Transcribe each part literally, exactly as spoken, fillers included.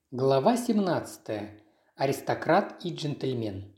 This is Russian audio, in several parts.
Глава семнадцатая. Аристократ и джентльмен.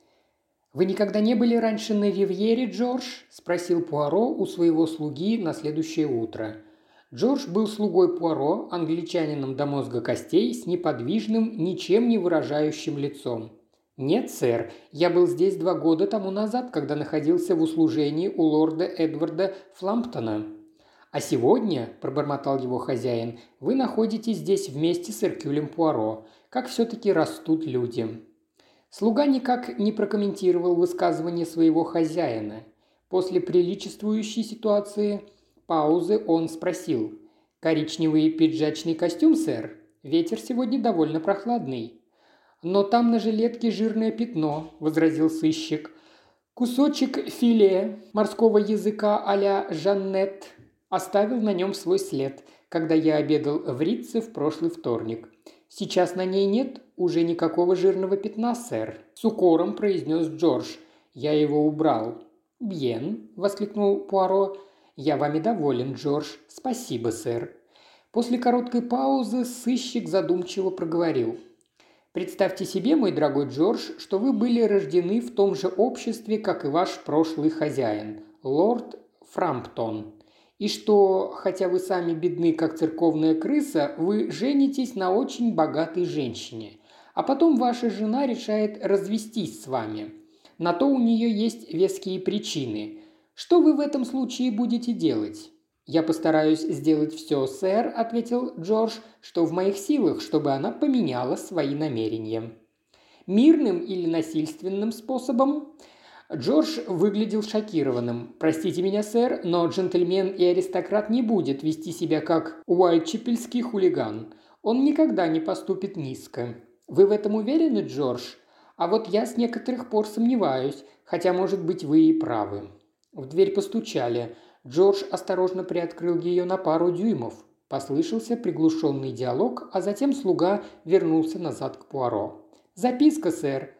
«Вы никогда не были раньше на Ривьере, Джордж?» – спросил Пуаро у своего слуги на следующее утро. Джордж был слугой Пуаро, англичанином до мозга костей, с неподвижным, ничем не выражающим лицом. «Нет, сэр, я был здесь два года тому назад, когда находился в услужении у лорда Эдварда Фламптона». «А сегодня, – пробормотал его хозяин, – вы находитесь здесь вместе с Эркюлем Пуаро. Как все-таки растут люди». Слуга никак не прокомментировал высказывание своего хозяина. После приличествующей ситуации паузы он спросил: «Коричневый пиджачный костюм, сэр? Ветер сегодня довольно прохладный». «Но там на жилетке жирное пятно», – возразил сыщик. «Кусочек филе морского языка а-ля Жаннет оставил на нем свой след, когда я обедал в Ритце в прошлый вторник. Сейчас на ней нет уже никакого жирного пятна, сэр», – с укором произнес Джордж. «Я его убрал». «Бьен», – воскликнул Пуаро. «Я вами доволен, Джордж. Спасибо, сэр». После короткой паузы сыщик задумчиво проговорил: «Представьте себе, мой дорогой Джордж, что вы были рождены в том же обществе, как и ваш прошлый хозяин, лорд Фрамптон, и что, хотя вы сами бедны, как церковная крыса, вы женитесь на очень богатой женщине, а потом ваша жена решает развестись с вами. На то у нее есть веские причины. Что вы в этом случае будете делать?» «Я постараюсь сделать все, сэр», – ответил Джордж, – «что в моих силах, чтобы она поменяла свои намерения». «Мирным или насильственным способом?» Джордж выглядел шокированным. «Простите меня, сэр, но джентльмен и аристократ не будет вести себя как уайтчепельский хулиган. Он никогда не поступит низко. Вы в этом уверены, Джордж? А вот я с некоторых пор сомневаюсь, хотя, может быть, вы и правы». В дверь постучали. Джордж осторожно приоткрыл ее на пару дюймов. Послышался приглушенный диалог, а затем слуга вернулся назад к Пуаро. «Записка, сэр».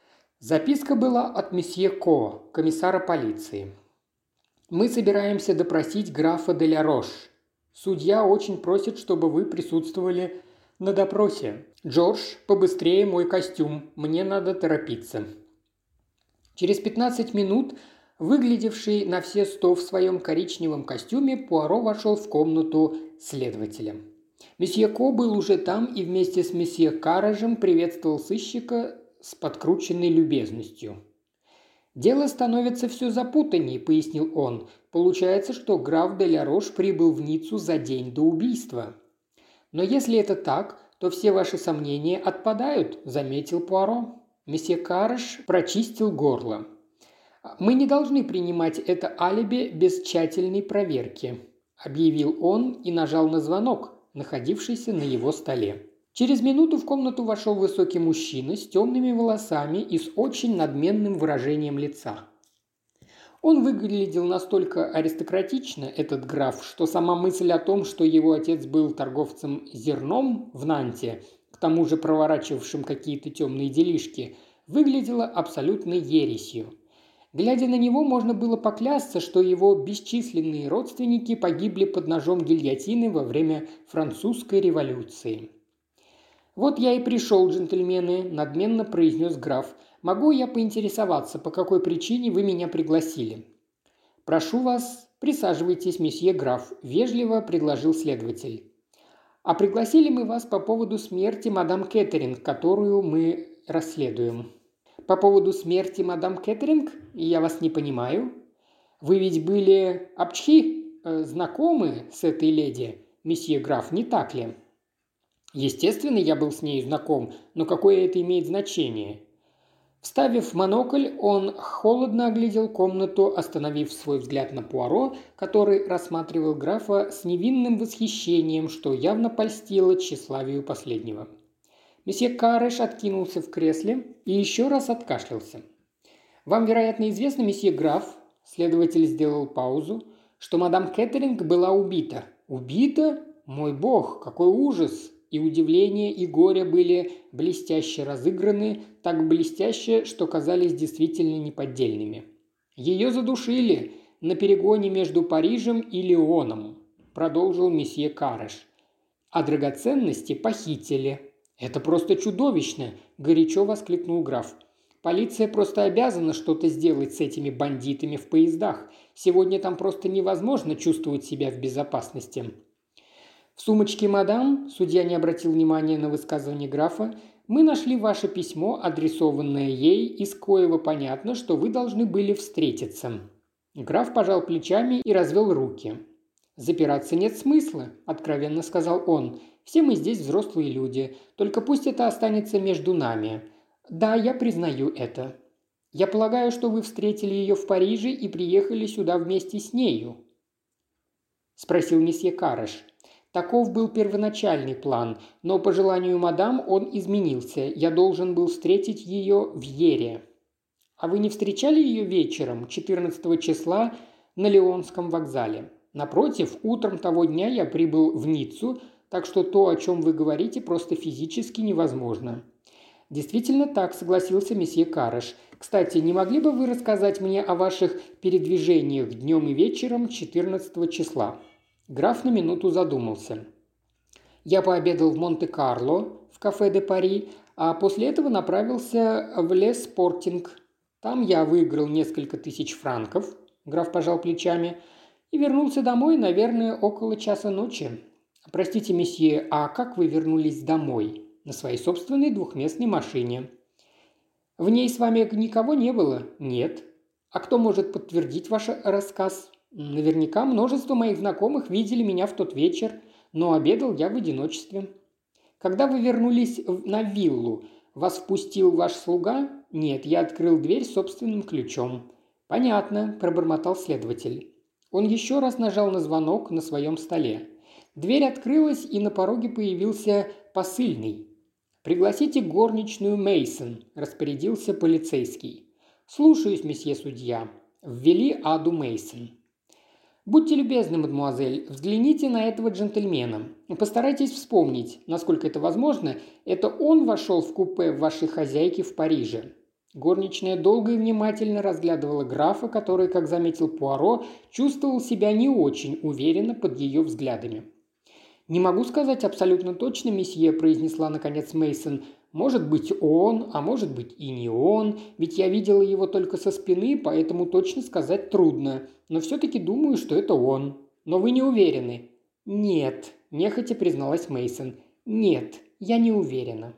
Записка была от месье Ко, комиссара полиции. «Мы собираемся допросить графа де ля Рош. Судья очень просит, чтобы вы присутствовали на допросе. Джордж, побыстрее мой костюм, мне надо торопиться». Через пятнадцать минут, выглядевший на все сто в своем коричневом костюме, Пуаро вошел в комнату следователя. Месье Ко был уже там и вместе с месье Каражем приветствовал сыщика с подкрученной любезностью. «Дело становится все запутаннее», – пояснил он. «Получается, что граф де ля Рош прибыл в Ниццу за день до убийства». «Но если это так, то все ваши сомнения отпадают», – заметил Пуаро. Месье Караш прочистил горло. «Мы не должны принимать это алиби без тщательной проверки», – объявил он и нажал на звонок, находившийся на его столе. Через минуту в комнату вошел высокий мужчина с темными волосами и с очень надменным выражением лица. Он выглядел настолько аристократично, этот граф, что сама мысль о том, что его отец был торговцем зерном в Нанте, к тому же проворачивавшим какие-то темные делишки, выглядела абсолютной ересью. Глядя на него, можно было поклясться, что его бесчисленные родственники погибли под ножом гильотины во время французской революции. «Вот я и пришел, джентльмены», – надменно произнес граф. «Могу я поинтересоваться, по какой причине вы меня пригласили?» «Прошу вас, присаживайтесь, месье граф», – вежливо предложил следователь. «А пригласили мы вас по поводу смерти мадам Кеттеринг, которую мы расследуем». «По поводу смерти мадам Кеттеринг? Я вас не понимаю. Вы ведь были обчхи, э, знакомы с этой леди, месье граф, не так ли?» «Естественно, я был с ней знаком, но какое это имеет значение?» Вставив монокль, он холодно оглядел комнату, остановив свой взгляд на Пуаро, который рассматривал графа с невинным восхищением, что явно польстило тщеславию последнего. Месье Кареш откинулся в кресле и еще раз откашлялся. «Вам, вероятно, известно, месье граф», – следователь сделал паузу, – «что мадам Кеттеринг была убита». «Убита? Мой бог, какой ужас!» И удивление, и горе были блестяще разыграны, так блестяще, что казались действительно неподдельными. «Ее задушили на перегоне между Парижем и Лионом», – продолжил месье Кареш. «А драгоценности похитили. «Это просто чудовищно!» – горячо воскликнул граф. «Полиция просто обязана что-то сделать с этими бандитами в поездах. Сегодня там просто невозможно чувствовать себя в безопасности». «В сумочке мадам», – судья не обратил внимания на высказывание графа, – «мы нашли ваше письмо, адресованное ей, из коего понятно, что вы должны были встретиться». Граф пожал плечами и развел руки. «Запираться нет смысла», – откровенно сказал он. «Все мы здесь взрослые люди, только пусть это останется между нами. Да, я признаю это. Я полагаю, что вы встретили ее в Париже и приехали сюда вместе с нею?» – спросил месье Кареш. «Таков был первоначальный план, но по желанию мадам он изменился. Я должен был встретить ее в Ере». «А вы не встречали ее вечером, четырнадцатого числа, на Леонском вокзале? Напротив, утром того дня я прибыл в Ниццу, так что то, о чем вы говорите, просто физически невозможно». «Действительно так», – согласился месье Кареш. «Кстати, не могли бы вы рассказать мне о ваших передвижениях днем и вечером четырнадцатого числа?» Граф на минуту задумался. «Я пообедал в Монте-Карло, в кафе де Пари, а после этого направился в Лес Спортинг. Там я выиграл несколько тысяч франков», – граф пожал плечами, – «и вернулся домой, наверное, около часа ночи». «Простите, месье, а как вы вернулись домой?» «На своей собственной двухместной машине». «В ней с вами никого не было?» «Нет». «А кто может подтвердить ваш рассказ?» «Наверняка множество моих знакомых видели меня в тот вечер, но обедал я в одиночестве». «Когда вы вернулись на виллу, вас впустил ваш слуга?» «Нет, я открыл дверь собственным ключом». «Понятно», – пробормотал следователь. Он еще раз нажал на звонок на своем столе. Дверь открылась, и на пороге появился посыльный. «Пригласите горничную Мейсон», – распорядился полицейский. «Слушаюсь, месье судья». Ввели Аду Мейсон. «Будьте любезны, мадемуазель, взгляните на этого джентльмена. Постарайтесь вспомнить, насколько это возможно, это он вошел в купе вашей хозяйки в Париже». Горничная долго и внимательно разглядывала графа, который, как заметил Пуаро, чувствовал себя не очень уверенно под ее взглядами. «Не могу сказать абсолютно точно, месье», – произнесла наконец Мейсон. «Может быть он, а может быть и не он, ведь я видела его только со спины, поэтому точно сказать трудно. Но все-таки думаю, что это он. Но вы не уверены?» «Нет», – нехотя призналась Мейсон. «Нет, я не уверена».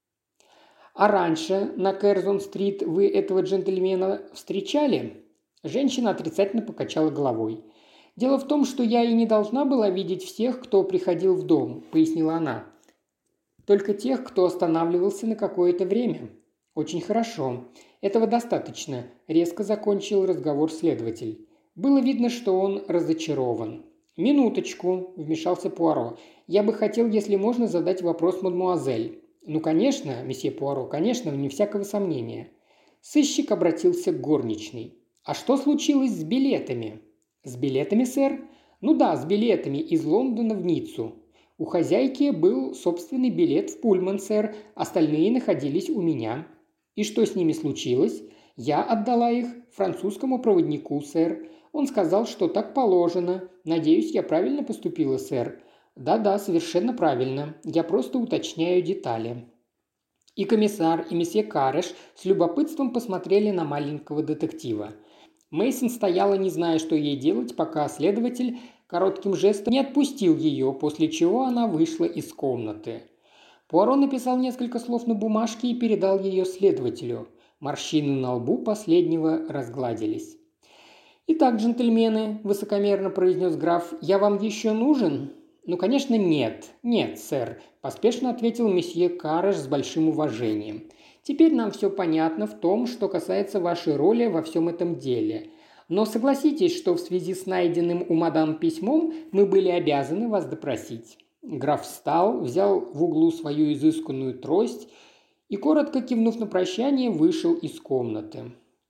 «А раньше на Кэрзон-стрит вы этого джентльмена встречали?» Женщина отрицательно покачала головой. «Дело в том, что я и не должна была видеть всех, кто приходил в дом», – пояснила она. «Только тех, кто останавливался на какое-то время». «Очень хорошо. Этого достаточно», – резко закончил разговор следователь. Было видно, что он разочарован. «Минуточку», – вмешался Пуаро. «Я бы хотел, если можно, задать вопрос мадемуазель». «Ну, конечно, месье Пуаро, конечно, вне всякого сомнения». Сыщик обратился к горничной. «А что случилось с билетами?» «С билетами, сэр?» «Ну да, с билетами из Лондона в Ниццу. У хозяйки был собственный билет в Пульман, сэр, остальные находились у меня». «И что с ними случилось?» «Я отдала их французскому проводнику, сэр. Он сказал, что так положено. Надеюсь, я правильно поступила, сэр?» «Да-да, совершенно правильно. Я просто уточняю детали». И комиссар, и месье Кареш с любопытством посмотрели на маленького детектива. Мейсон стояла, не зная, что ей делать, пока следователь коротким жестом не отпустил ее, после чего она вышла из комнаты. Пуаро написал несколько слов на бумажке и передал ее следователю. Морщины на лбу последнего разгладились. «Итак, джентльмены», – высокомерно произнес граф, – «я вам еще нужен?» «Ну, конечно, нет. Нет, сэр», – поспешно ответил месье Кареш с большим уважением. «Теперь нам все понятно в том, что касается вашей роли во всем этом деле. Но согласитесь, что в связи с найденным у мадам письмом мы были обязаны вас допросить». Граф встал, взял в углу свою изысканную трость и, коротко кивнув на прощание, вышел из комнаты.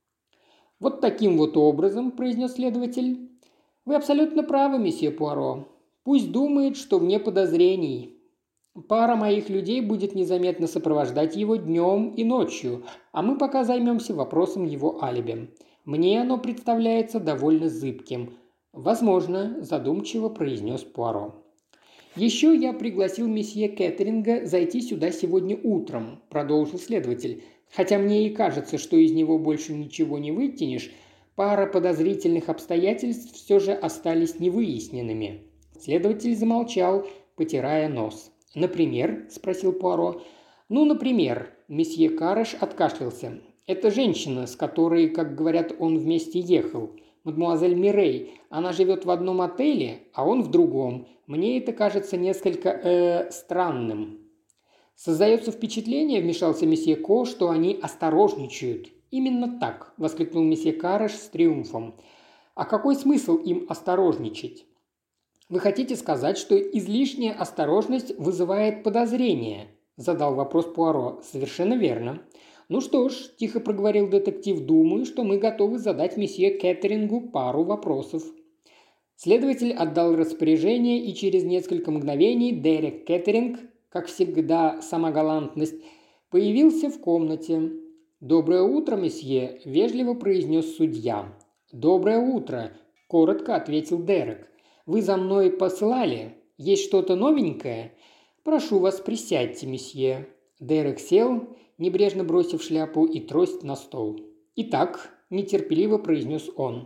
«Вот таким вот образом», – произнес следователь. «Вы абсолютно правы, месье Пуаро. Пусть думает, что вне подозрений. Пара моих людей будет незаметно сопровождать его днем и ночью, а мы пока займемся вопросом его алиби. Мне оно представляется довольно зыбким. Возможно, задумчиво произнес Пуаро. «Еще я пригласил месье Кеттеринга зайти сюда сегодня утром», – продолжил следователь. «Хотя мне и кажется, что из него больше ничего не вытянешь, пара подозрительных обстоятельств все же остались невыясненными». Следователь замолчал, потирая нос. «Например?» – спросил Пуаро. «Ну, например», – месье Караш откашлялся. «Это женщина, с которой, как говорят, он вместе ехал. Мадемуазель Мирей. Она живет в одном отеле, а он в другом. Мне это кажется несколько, э, странным». «Создается впечатление», – вмешался месье Ко, – «что они осторожничают». «Именно так», – воскликнул месье Караш с триумфом. «А какой смысл им осторожничать?» «Вы хотите сказать, что излишняя осторожность вызывает подозрение?» – задал вопрос Пуаро. «Совершенно верно». «Ну что ж», – тихо проговорил детектив, – «думаю, что мы готовы задать месье Кеттерингу пару вопросов». Следователь отдал распоряжение, и через несколько мгновений Дерек Кеттеринг, как всегда сама галантность, появился в комнате. «Доброе утро, месье», – вежливо произнес судья. «Доброе утро», – коротко ответил Дерек. «Вы за мной посылали? Есть что-то новенькое?» «Прошу вас, присядьте, месье». Дерек сел, небрежно бросив шляпу и трость на стол. «Итак», – нетерпеливо произнес он.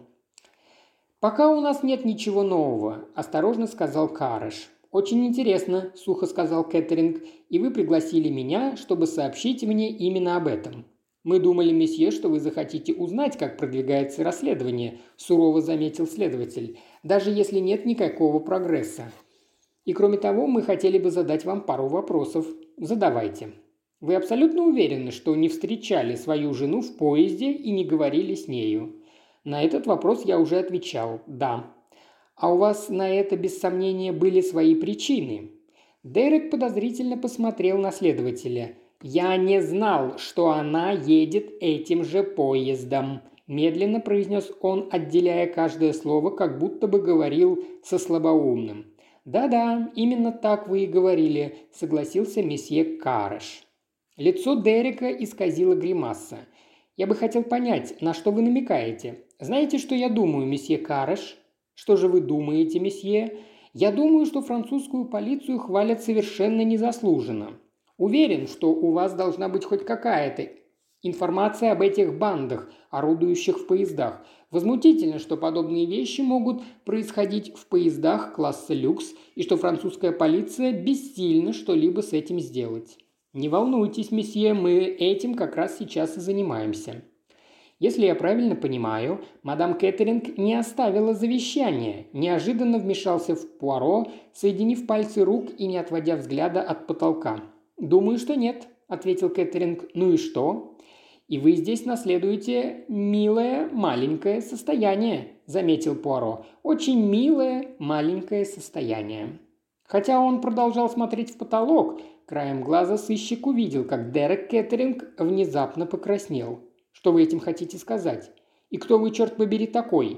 «Пока у нас нет ничего нового», – осторожно сказал Караш. «Очень интересно», – сухо сказал Кеттеринг, – «и вы пригласили меня, чтобы сообщить мне именно об этом». «Мы думали, месье, что вы захотите узнать, как продвигается расследование», – сурово заметил следователь, – «даже если нет никакого прогресса. И кроме того, мы хотели бы задать вам пару вопросов. Задавайте». «Вы абсолютно уверены, что не встречали свою жену в поезде и не говорили с нею?» «На этот вопрос я уже отвечал. Да». «А у вас на это, без сомнения, были свои причины?» Дерек подозрительно посмотрел на следователя. «Я не знал, что она едет этим же поездом», – медленно произнес он, отделяя каждое слово, как будто бы говорил со слабоумным. «Да-да, именно так вы и говорили», – согласился месье Караш. Лицо Дерека исказило гримаса. «Я бы хотел понять, на что вы намекаете. Знаете, что я думаю, месье Караш?» «Что же вы думаете, месье?» «Я думаю, что французскую полицию хвалят совершенно незаслуженно. Уверен, что у вас должна быть хоть какая-то информация об этих бандах, орудующих в поездах. Возмутительно, что подобные вещи могут происходить в поездах класса люкс, и что французская полиция бессильна что-либо с этим сделать. Не волнуйтесь, месье, мы этим как раз сейчас и занимаемся». «Если я правильно понимаю, мадам Кеттеринг не оставила завещания», – неожиданно вмешался в Пуаро, соединив пальцы рук и не отводя взгляда от потолка. «Думаю, что нет», – ответил Кеттеринг. «Ну и что?» «И вы здесь наследуете милое маленькое состояние», – заметил Пуаро. «Очень милое маленькое состояние». Хотя он продолжал смотреть в потолок, краем глаза сыщик увидел, как Дерек Кеттеринг внезапно покраснел. «Что вы этим хотите сказать? И кто вы, черт побери, такой?»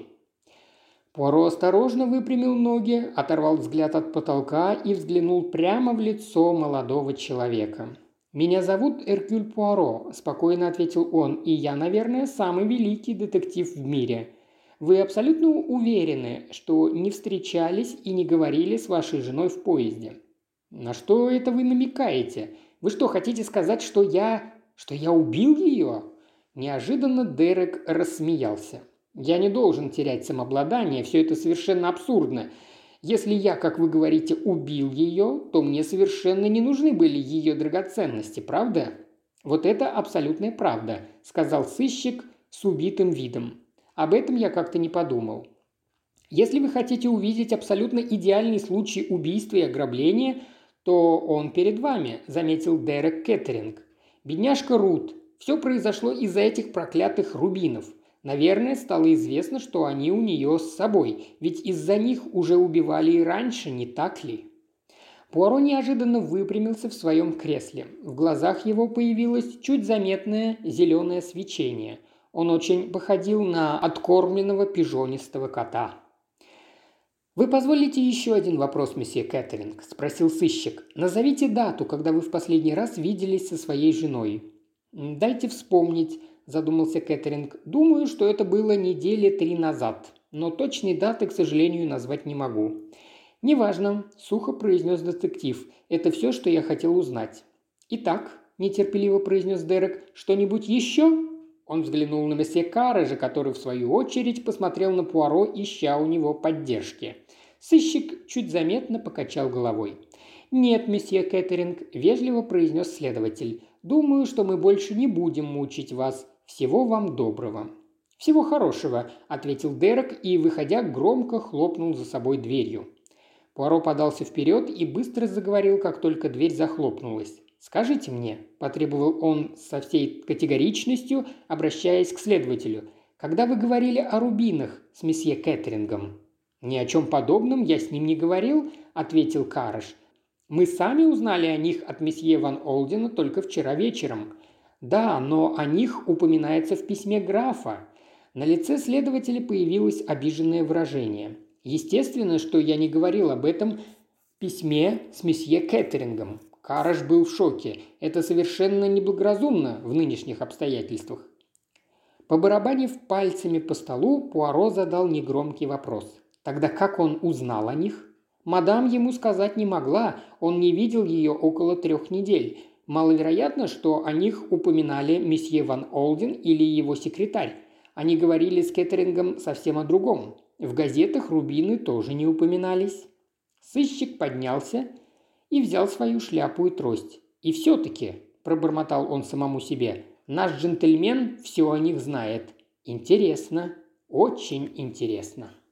Пуаро осторожно выпрямил ноги, оторвал взгляд от потолка и взглянул прямо в лицо молодого человека. «Меня зовут Эркюль Пуаро», – спокойно ответил он, – «и я, наверное, самый великий детектив в мире. Вы абсолютно уверены, что не встречались и не говорили с вашей женой в поезде?» «На что это вы намекаете? Вы что, хотите сказать, что я... что я убил ее?» Неожиданно Дерек рассмеялся. «Я не должен терять самообладание, все это совершенно абсурдно. Если я, как вы говорите, убил ее, то мне совершенно не нужны были ее драгоценности, правда?» «Вот это абсолютная правда», – сказал сыщик с убитым видом. «Об этом я как-то не подумал». «Если вы хотите увидеть абсолютно идеальный случай убийства и ограбления, то он перед вами», – заметил Дерек Кеттеринг. «Бедняжка Рут. Все произошло из-за этих проклятых рубинов. Наверное, стало известно, что они у нее с собой, ведь из-за них уже убивали и раньше, не так ли?» Пуаро неожиданно выпрямился в своем кресле. В глазах его появилось чуть заметное зеленое свечение. Он очень походил на откормленного пижонистого кота. «Вы позволите еще один вопрос, месье Кеттеринг?» – спросил сыщик. «Назовите дату, когда вы в последний раз виделись со своей женой». «Дайте вспомнить», – задумался Кеттеринг. «Думаю, что это было недели три назад, но точной даты, к сожалению, назвать не могу». «Неважно», – сухо произнес детектив. «Это все, что я хотел узнать». «Итак», – нетерпеливо произнес Дерек, – «что-нибудь еще?» Он взглянул на месье Каррежа, который, в свою очередь, посмотрел на Пуаро, ища у него поддержки. Сыщик чуть заметно покачал головой. «Нет, месье Кеттеринг», – вежливо произнес следователь. «Думаю, что мы больше не будем мучить вас. Всего вам доброго». «Всего хорошего», – ответил Дерек и, выходя, громко хлопнул за собой дверью. Пуаро подался вперед и быстро заговорил, как только дверь захлопнулась. «Скажите мне», – потребовал он со всей категоричностью, обращаясь к следователю, – «когда вы говорили о рубинах с месье Кеттерингом?» «Ни о чем подобном я с ним не говорил», – ответил Карреш. «Мы сами узнали о них от месье Ван Олдена только вчера вечером». «Да, но о них упоминается в письме графа». На лице следователя появилось обиженное выражение. «Естественно, что я не говорил об этом в письме с месье Кеттерингом». Карреш был в шоке. Это совершенно неблагоразумно в нынешних обстоятельствах. Побарабанив пальцами по столу, Пуаро задал негромкий вопрос. Тогда как он узнал о них? Мадам ему сказать не могла, он не видел ее около трех недель. Маловероятно, что о них упоминали месье Ван Олден или его секретарь. Они говорили с Кеттерингом совсем о другом. В газетах рубины тоже не упоминались. Сыщик поднялся и взял свою шляпу и трость. «И все-таки», – пробормотал он самому себе, – «наш джентльмен все о них знает. Интересно, очень интересно».